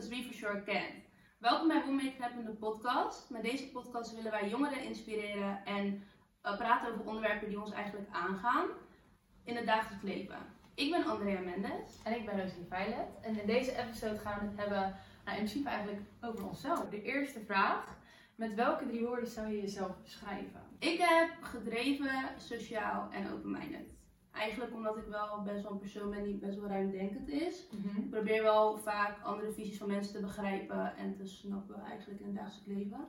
dus We For Sure Can't. Welkom bij Womaker Happen, de podcast. Met deze podcast willen wij jongeren inspireren en praten over onderwerpen die ons eigenlijk aangaan in het dagelijks leven. Ik ben Andrea Mendes. En ik ben Rosie Violet. En in deze episode gaan we het hebben, in principe eigenlijk over onszelf. De eerste vraag, met welke 3 woorden zou je jezelf beschrijven? Ik heb gedreven, sociaal en open-minded. Eigenlijk omdat ik wel best wel een persoon ben die best wel ruimdenkend is. Ik probeer wel vaak andere visies van mensen te begrijpen en te snappen eigenlijk in het dagelijks leven.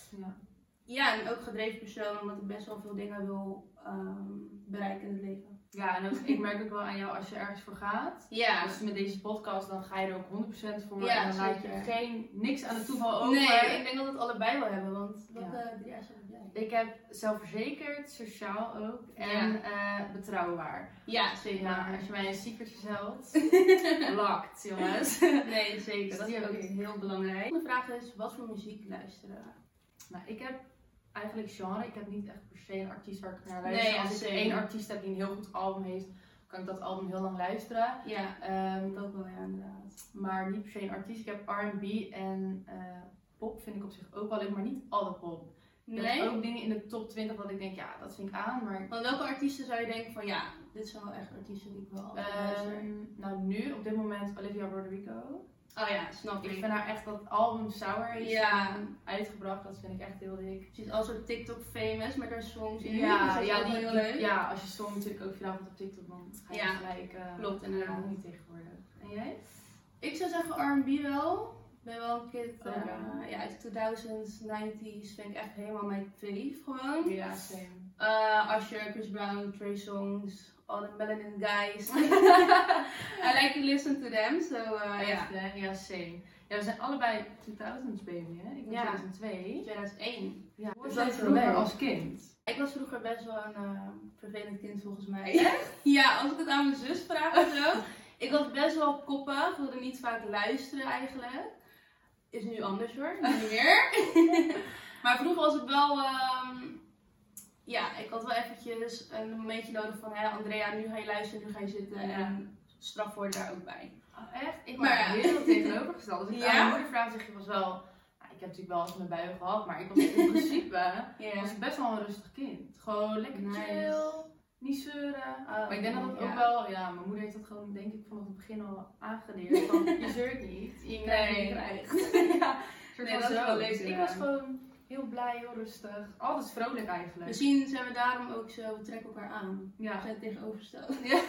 Ja, en ook gedreven persoon omdat ik best wel veel dingen wil bereiken in het leven. Ja, en ook, ik merk ook wel aan jou als je ergens voor gaat. Ja. Dus met deze podcast dan ga je er ook 100% voor. Ja, en dan laat je niks aan het toeval over. Nee, ik denk dat we het allebei wel hebben, want welke Ja. 3 jaar heb jij? Ik heb zelfverzekerd, sociaal ook en betrouwbaar. Ja, zeker. Nou, als je mij een secret vertelt, locked jongens. Nee, zeker. Dat is ook heel belangrijk. De vraag is, wat voor muziek luisteren? Nou, ik heb eigenlijk genre. Ik heb niet echt per se een artiest waar ik naar luister. Nee, als ik één artiest heb die een heel goed album heeft, kan ik dat album heel lang luisteren. Ja, ik ook wel, ja, inderdaad. Maar niet per se een artiest. Ik heb R&B en pop vind ik op zich ook wel leuk, maar niet alle pop. Er zijn ook dingen in de top 20 dat ik denk, ja, dat vind ik aan. Maar Want welke artiesten zou je denken van, ja, dit zijn wel echt artiesten die ik wel altijd luister? nou, nu op dit moment Olivia Rodrigo. Oh ja, snap Ik ik. vind haar echt dat album Sour heeft uitgebracht, dat vind ik echt heel dik. Ze is al zo TikTok famous met haar songs in. Ja, dus dat is ja, ook wel heel leuk. ja, als je song natuurlijk ook vanavond op TikTok, dan ga je gelijk klopt, inderdaad. niet tegenwoordig. En jij? Ik zou zeggen R&B wel. Ik ben wel een kid uit de 2000s, 90s vind ik echt helemaal mijn fave gewoon. Ja, same. Usher, Chris Brown, Trey Songz, all the melanin guys. I like to listen to them, so Echt, hè? Ja, same. Ja, we zijn allebei 2000s baby, hè? Ik ben 2002. 2001. Ja, Dus dat dat is is vroeger leuk. als kind. Ik was vroeger best wel een vervelend kind volgens mij. Echt? Ja, als ik het aan mijn zus vraag of zo. Ik was best wel koppig, wilde niet vaak luisteren eigenlijk. Is nu anders hoor, niet meer. Maar vroeger was ik wel, ik had wel eventjes een momentje nodig van, Andrea, nu ga je luisteren, nu ga je zitten en straf worden daar ook bij. Oh, echt? Ik Maar ben heel tegenovergesteld. Dus ik aan mijn moeder vraag, zeg je was wel, ik heb natuurlijk wel eens mijn buien gehad, maar ik was in principe was ik best wel een rustig kind. Gewoon lekker chill, niet zeuren. Maar ik denk dat het ook wel, mijn moeder heeft dat gewoon denk ik vanaf het begin al aangeleerd. Van, je zeurt niet, je krijgt. Dat is wel leuk. Dus ik was gewoon heel blij, heel rustig. Altijd vrolijk eigenlijk. Misschien zijn we daarom ook zo, we trekken elkaar aan. Ja. We zijn tegenovergesteld. Ja.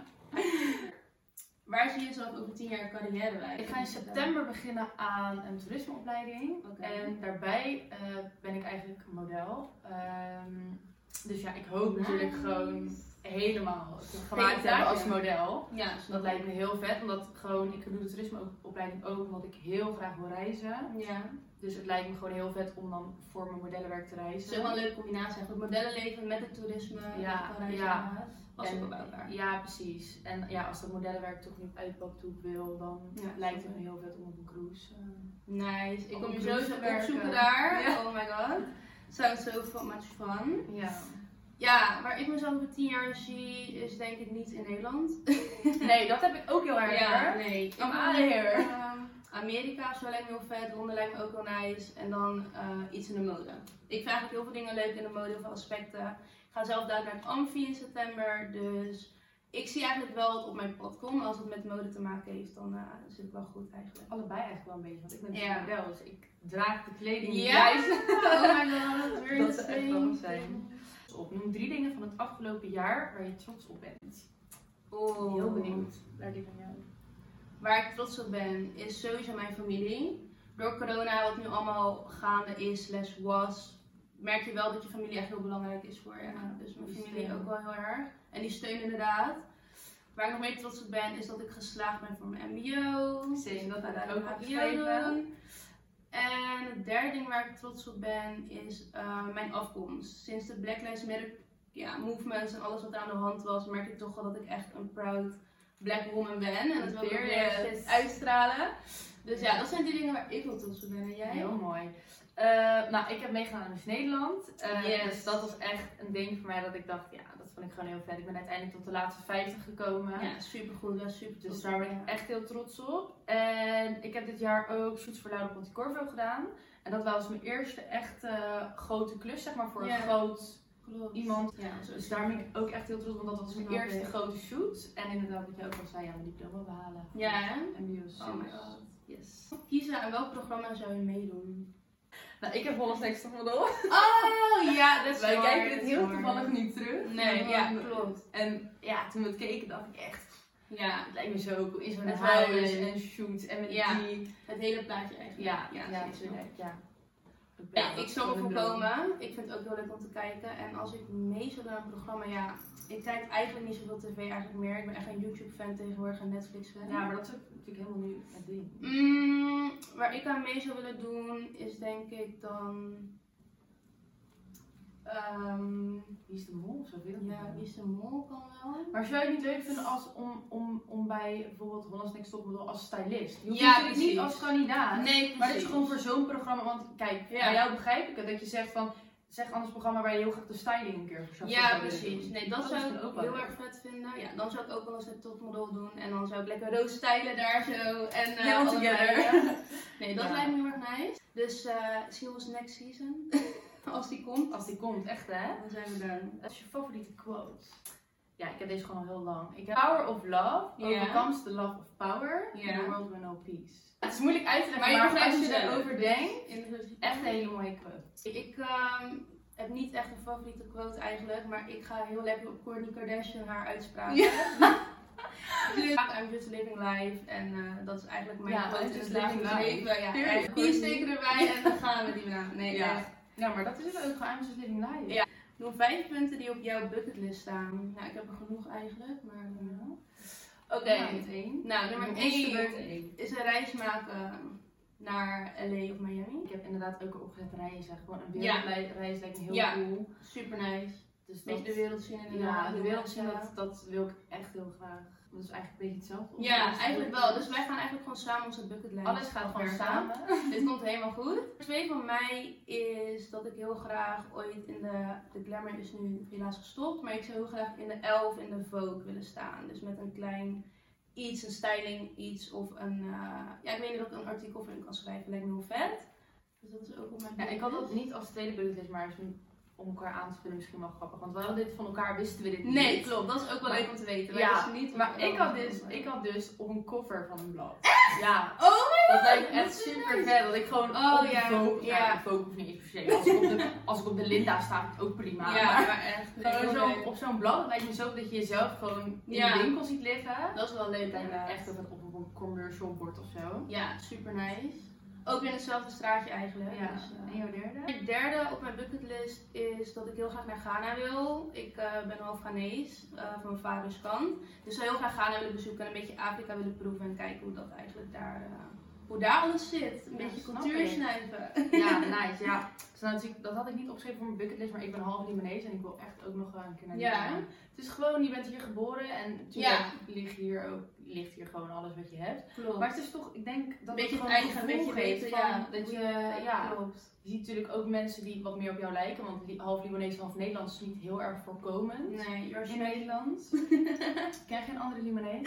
Waar zie je jezelf over 10 jaar carrière bij? Ik ga in september beginnen aan een toerismeopleiding. En daarbij ben ik eigenlijk model. Dus ja, ik hoop natuurlijk gewoon helemaal gemaakt te hebben als model. Ja, dat lijkt me heel vet, omdat ik doe de toerismeopleiding ook omdat ik heel graag wil reizen. Ja. Dus het lijkt me gewoon heel vet om dan voor mijn modellenwerk te reizen. Het is wel een leuke combinatie, het modellenleven met het toerisme. Past ook bij elkaar. Ja, precies. En ja, als dat modellenwerk toch niet uit Badhoek wil, dan lijkt het me heel vet om op een cruise. Nice. Ik kom je zo opzoeken daar. Ja. Oh my god. Sounds so much fun. Ja. Ja, waar ik mezelf over 10 jaar zie, is denk ik niet in Nederland. Nee, dat heb ik ook heel erg. Ja, nee. Ik wil Amerika zo lijkt me heel vet, Londen lijkt me ook wel nice. En dan iets in de mode. Ik vind eigenlijk heel veel dingen leuk in de mode, heel veel aspecten. Ik ga zelf daar naar het Amfi in september, dus ik zie eigenlijk wel wat op mijn pad komt. Als het met mode te maken heeft, dan zit ik wel goed eigenlijk. Allebei eigenlijk wel een beetje, want ik ben natuurlijk model, dus ik draag de kleding juist. Oh my god, dat zou echt wel zijn. Noem 3 dingen van het afgelopen jaar waar je trots op bent. Oh. Heel benieuwd naar die van jou. Waar ik trots op ben, is sowieso mijn familie. Door corona, wat nu allemaal gaande is, was, merk je wel dat je familie echt heel belangrijk is voor je. Dus mijn familie ook wel heel erg. En die steun inderdaad. Waar ik nog meer trots op ben, is dat ik geslaagd ben voor mijn mbo. Zeker, dat heb ik ook opgeschreven. En het derde ding waar ik trots op ben, is mijn afkomst. Sinds de Black Lives Matter movements en alles wat er aan de hand was, merk ik toch wel dat ik echt een proud black woman ben. En dat wil ik weer uitstralen. Dus ja, dat zijn die dingen waar ik wel trots op ben. En jij? Heel mooi. Nou, ik heb meegedaan aan Miss Nederland. Dus dat was echt een ding voor mij dat ik dacht, ja, dat vond ik gewoon heel vet. Ik ben uiteindelijk tot de laatste 50 gekomen. Ja, supergoed. Dat is super Dus daar ben ik echt heel trots op. En ik heb dit jaar ook Shoots voor Laura Pontecorvo gedaan. En dat was mijn eerste echte grote klus, zeg maar, voor een groot iemand. Ja, dus daar ben ik ook echt heel trots op, want dat was mijn eerste grote shoot. En inderdaad, wat je ook al zei, ja, mijn diploma behalen. Ja, hè? MBO's. Oh my god. Yes. Kiezen aan welk programma zou je meedoen? Nou, ik heb Hollands Next Topmodel. Oh ja, dat is Wij kijken dit heel toevallig niet terug. Nee, ja, klopt. En ja, toen we het keken dacht ik echt, ja, het lijkt me zo cool. In zo'n huis en shoot en met die... Het hele plaatje eigenlijk. Ja, natuurlijk. Ja. Ja, ik zal me voorkomen. Ik vind het ook heel leuk om te kijken. En als ik mee zou doen aan een programma, ja, ik kijk eigenlijk niet zoveel tv eigenlijk meer. Ik ben echt een YouTube fan tegenwoordig, een Netflix fan. Ja, maar dat is ook natuurlijk helemaal nu het ding. Waar ik aan mee zou willen doen, is denk ik dan... Wie is de Mol of zo? Ja, Wie is de Mol kan wel. Maar zou je het niet leuk vinden als om bij bijvoorbeeld Hollands Next Topmodel als stylist? Je hoeft ja, natuurlijk niet als kandidaat. Nee, precies. Maar dat is gewoon voor zo'n programma. Want kijk, bij jou begrijp ik het. Dat je zegt van, zeg anders programma waar je heel graag de styling een keer voor ja, precies. Nee, dat zou ik ook heel erg vet vinden. Ja, dan zou ik ook wel eens het topmodel doen. En dan zou ik lekker roos stylen daar zo. En all together. Nee, dat lijkt me heel erg nice. Dus see us next season. Als die komt. Als die komt, echt hè? Dan zijn we daar. Wat is je favoriete quote? Ja, ik heb deze gewoon al heel lang. Ik heb Power of Love overcomes the love of power in the world with no peace. Het is moeilijk uit te leggen, maar als je erover denkt, echt een hele mooie quote. Ik heb niet echt een favoriete quote eigenlijk, maar ik ga heel lekker op Kourtney Kardashian haar uitspraken. Dus I'm just living life en dat is eigenlijk mijn quote in het leven. Ja, echt. Die steken erbij en dan gaan we die naam. Nee, echt. Ja, maar dat is het ook gewoon, I'm just living life. Ja. Noem 5 punten die op jouw bucketlist staan. Nou, ik heb er genoeg eigenlijk, maar... Oké. Nou, nummer 1 is een reis maken naar LA of Miami. Ik heb inderdaad ook opgezet reizen. Gewoon een wereldreis lijkt me heel cool. Super nice. Dus beetje de wereld zien inderdaad. Ja, de wereld zien, dat wil ik echt heel graag. Dat is eigenlijk een beetje hetzelfde. Ja, eigenlijk wel. Dus wij gaan eigenlijk gewoon samen onze bucketlijst. Alles gaat gewoon samen. Dit komt helemaal goed. 2 van mij is dat ik heel graag ooit in de Glamour is nu helaas gestopt. Maar ik zou heel graag in de Elle of in de Vogue willen staan. Dus met een klein iets, een styling iets of een... ja, ik weet niet of ik een artikel voor in kan schrijven. Lijkt me heel vet. Dus dat is ook op mijn bucketlist. Ja, ik had dat niet als tweede bucketlist, maar om elkaar aan te vullen misschien wel grappig. Want we hadden dit van elkaar, wisten we dit niet. Nee, klopt. Dat is ook wel leuk om te weten. Ja, maar ik had dus op een cover van een blad. Echt? Ja. Oh my god. Dat lijkt me echt super vet. Dat ik gewoon op de Vogue, de Vogue hoeft niet eens per se. Als ik op de Linda sta, vind ik ook prima. Ja, maar echt. Gewoon op zo'n blad, het lijkt me zo dat je jezelf gewoon in de winkel ziet liggen. Dat is wel leuk inderdaad. Echt dat het op een commercial bord of zo. Ja, super nice. Ook in hetzelfde straatje eigenlijk. Ja. Dus, en jouw derde? Mijn derde op mijn bucketlist is dat ik heel graag naar Ghana wil. Ik ben half Ghanese, van mijn vaders kant. Dus ik zou heel graag Ghana willen bezoeken en een beetje Afrika willen proeven en kijken hoe dat eigenlijk daar, hoe daar alles zit. Een beetje cultuur snuiven. Ja, nice. Ja. Dus natuurlijk, dat had ik niet opgeschreven voor mijn bucketlist, maar ik ben half Libanees en ik wil echt ook nog een keer naar Libanon. Ja. Het is gewoon, je bent hier geboren en natuurlijk ligt hier gewoon alles wat je hebt. Klopt. Maar het is toch, ik denk dat een beetje het gewoon eigen beetje weten, dat klopt. Je ziet natuurlijk ook mensen die wat meer op jou lijken, want half Libanees, half Nederlands is niet heel erg voorkomend. Nee, in Nederland. Ken je geen andere Libanees?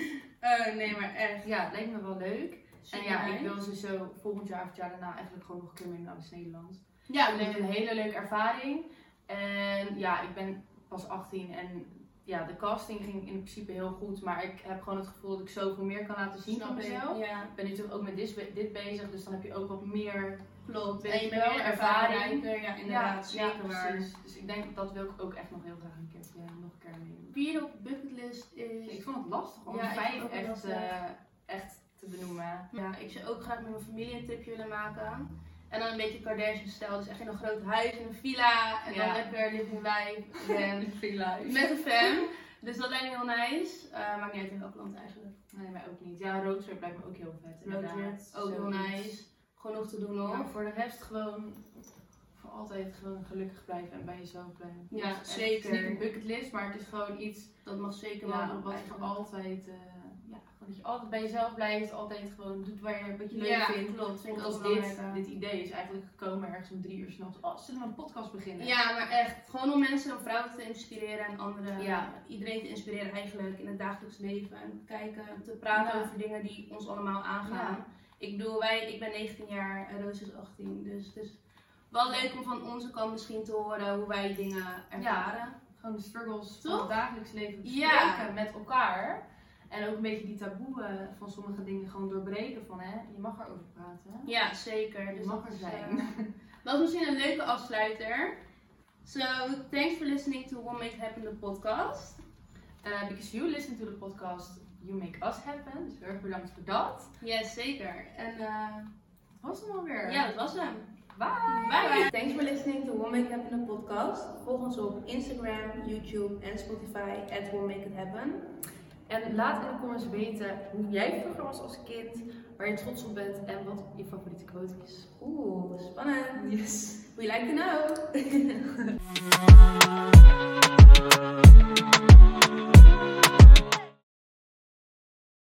Nee, maar echt. Ja, het lijkt me wel leuk. Super en ja, nice. ik wil ze zo volgend jaar of het jaar daarna eigenlijk gewoon nog een keer mee naar Nederland. Ja, ik denk een hele leuke ervaring. En ja, ik ben pas 18 en ja, de casting ging in principe heel goed, maar ik heb gewoon het gevoel dat ik zoveel meer kan laten zien van mezelf. Ja. Ik ben natuurlijk ook met dit bezig, dus dan heb je ook wat meer. Klopt. En je bent meer ervaring. Ja, inderdaad. Zeker waar. Precies. Dus ik denk dat wil ik ook echt nog heel graag een keertje nog een keer mee doen. Vierde op de bucketlist is... Ik vond het lastig om 5 echt te benoemen. Ja, ik zou ook graag met mijn familie een tripje willen maken. En dan een beetje Kardashian-stijl, dus echt in een groot huis, in een villa. En dan lekker living life. En met een fam. Dus dat lijkt me heel nice. Maakt niet uit in welk land eigenlijk. Nee, mij ook niet. Ja, roadtrip lijkt me ook heel vet. Roadtrip, ook heel nice. Genoeg te doen hoor. Ja, voor de rest gewoon voor altijd gewoon gelukkig blijven en bij jezelf blijven. Ja, dus zeker. Het is niet een bucketlist, maar het is gewoon iets dat mag zeker wel wat voor altijd dat je altijd bij jezelf blijft, altijd gewoon doet wat je leuk vindt. Klopt. Vind ik als ook dit idee is eigenlijk gekomen ergens om 3 uur 's nachts. Oh, zullen we een podcast beginnen? Ja, maar echt. Gewoon om mensen en vrouwen te inspireren en anderen, iedereen te inspireren eigenlijk in het dagelijks leven. En kijken, te praten over dingen die ons allemaal aangaan. Ja. Ik bedoel, ik ben 19 jaar en Roos is 18. Dus het is wel leuk om van onze kant misschien te horen hoe wij dingen ervaren. Ja, gewoon de struggles van het dagelijks leven bespreken met elkaar. En ook een beetje die taboe van sommige dingen gewoon doorbreken van je mag erover praten. Ja, zeker. Dus mag er zijn. Dat is misschien een leuke afsluiter. So, thanks for listening to We'll Make It Happen, the podcast. Because you listen to the podcast, you make us happen. Dus heel erg bedankt voor dat. Ja, zeker. En dat was hem alweer. Ja, dat was hem. Bye. Bye. Thanks for listening to We'll Make It Happen, the podcast. Volg ons op Instagram, YouTube en Spotify at We'll Make It Happen. En laat in de comments weten hoe jij vroeger was als kind, waar je trots op bent en wat je favoriete quote is. Oeh, spannend. Yes. We like to know.